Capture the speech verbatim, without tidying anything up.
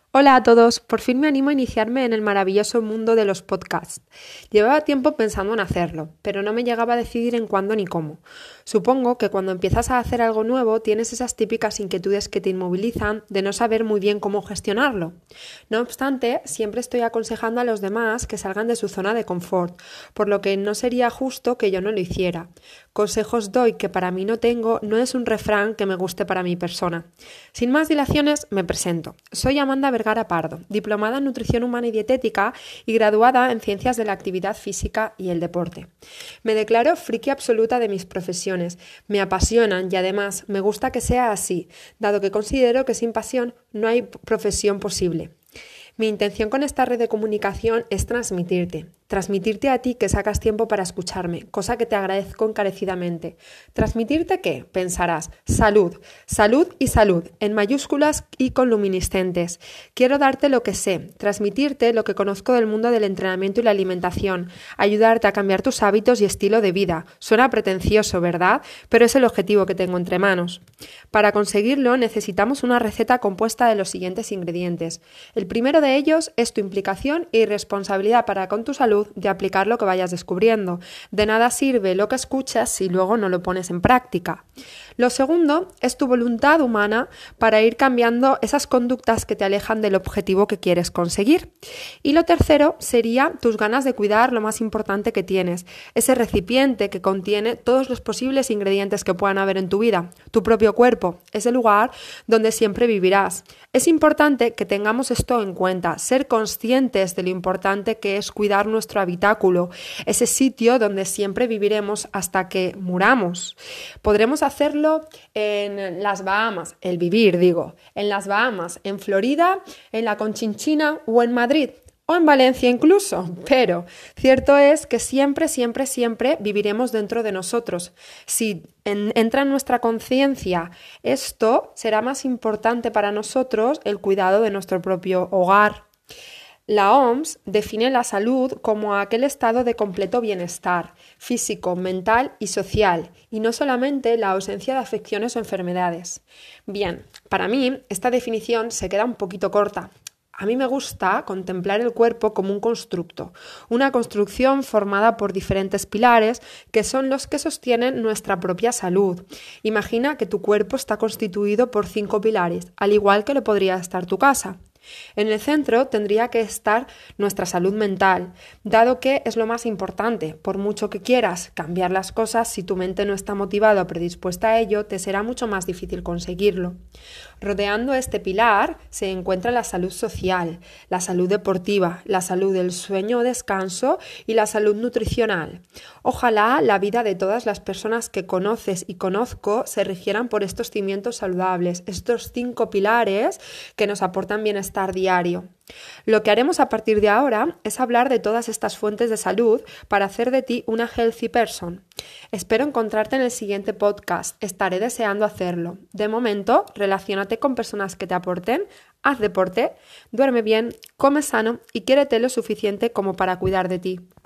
Hola a todos, por fin me animo a iniciarme en el maravilloso mundo de los podcasts. Llevaba tiempo pensando en hacerlo, pero no me llegaba a decidir en cuándo ni cómo. Supongo que cuando empiezas a hacer algo nuevo tienes esas típicas inquietudes que te inmovilizan de no saber muy bien cómo gestionarlo. No obstante, siempre estoy aconsejando a los demás que salgan de su zona de confort, por lo que no sería justo que yo no lo hiciera. Consejos doy que para mí no tengo no es un refrán que me guste para mi persona. Sin más dilaciones, me presento. Soy Amanda Vergara Pardo, diplomada en Nutrición Humana y Dietética y graduada en Ciencias de la Actividad Física y el Deporte. Me declaro friki absoluta de mis profesiones, me apasionan y además me gusta que sea así, dado que considero que sin pasión no hay profesión posible. Mi intención con esta red de comunicación es transmitirte, transmitirte a ti que sacas tiempo para escucharme, cosa que te agradezco encarecidamente. ¿Transmitirte qué? Pensarás, salud, salud y salud, en mayúsculas y con luminiscentes. Quiero darte lo que sé, transmitirte lo que conozco del mundo del entrenamiento y la alimentación, ayudarte a cambiar tus hábitos y estilo de vida. Suena pretencioso, ¿verdad? Pero es el objetivo que tengo entre manos. Para conseguirlo necesitamos una receta compuesta de los siguientes ingredientes. El primero de ellos es tu implicación y responsabilidad para con tu salud de aplicar lo que vayas descubriendo. De nada sirve lo que escuchas si luego no lo pones en práctica. Lo segundo es tu voluntad humana para ir cambiando esas conductas que te alejan del objetivo que quieres conseguir. Y lo tercero sería tus ganas de cuidar lo más importante que tienes, ese recipiente que contiene todos los posibles ingredientes que puedan haber en tu vida, tu propio cuerpo, ese lugar donde siempre vivirás. Es importante que tengamos esto en cuenta, ser conscientes de lo importante que es cuidar nuestro habitáculo, ese sitio donde siempre viviremos hasta que muramos. Podremos hacerlo en las Bahamas, el vivir digo, en las Bahamas, en Florida, en la Conchinchina o en Madrid. O en Valencia incluso, pero cierto es que siempre, siempre, siempre viviremos dentro de nosotros. Si en, entra en nuestra conciencia esto, será más importante para nosotros el cuidado de nuestro propio hogar. La O M S define la salud como aquel estado de completo bienestar físico, mental y social, y no solamente la ausencia de afecciones o enfermedades. Bien, para mí esta definición se queda un poquito corta. A mí me gusta contemplar el cuerpo como un constructo, una construcción formada por diferentes pilares que son los que sostienen nuestra propia salud. Imagina que tu cuerpo está constituido por cinco pilares, al igual que lo podría estar tu casa. En el centro tendría que estar nuestra salud mental, dado que es lo más importante. Por mucho que quieras cambiar las cosas, si tu mente no está motivada o predispuesta a ello, te será mucho más difícil conseguirlo. Rodeando este pilar se encuentra la salud social, la salud deportiva, la salud del sueño o descanso y la salud nutricional. Ojalá la vida de todas las personas que conoces y conozco se rigieran por estos cimientos saludables, estos cinco pilares que nos aportan bienestar diario. Lo que haremos a partir de ahora es hablar de todas estas fuentes de salud para hacer de ti una healthy person. Espero encontrarte en el siguiente podcast. Estaré deseando hacerlo. De momento, relaciónate con personas que te aporten, haz deporte, duerme bien, come sano y quiérete lo suficiente como para cuidar de ti.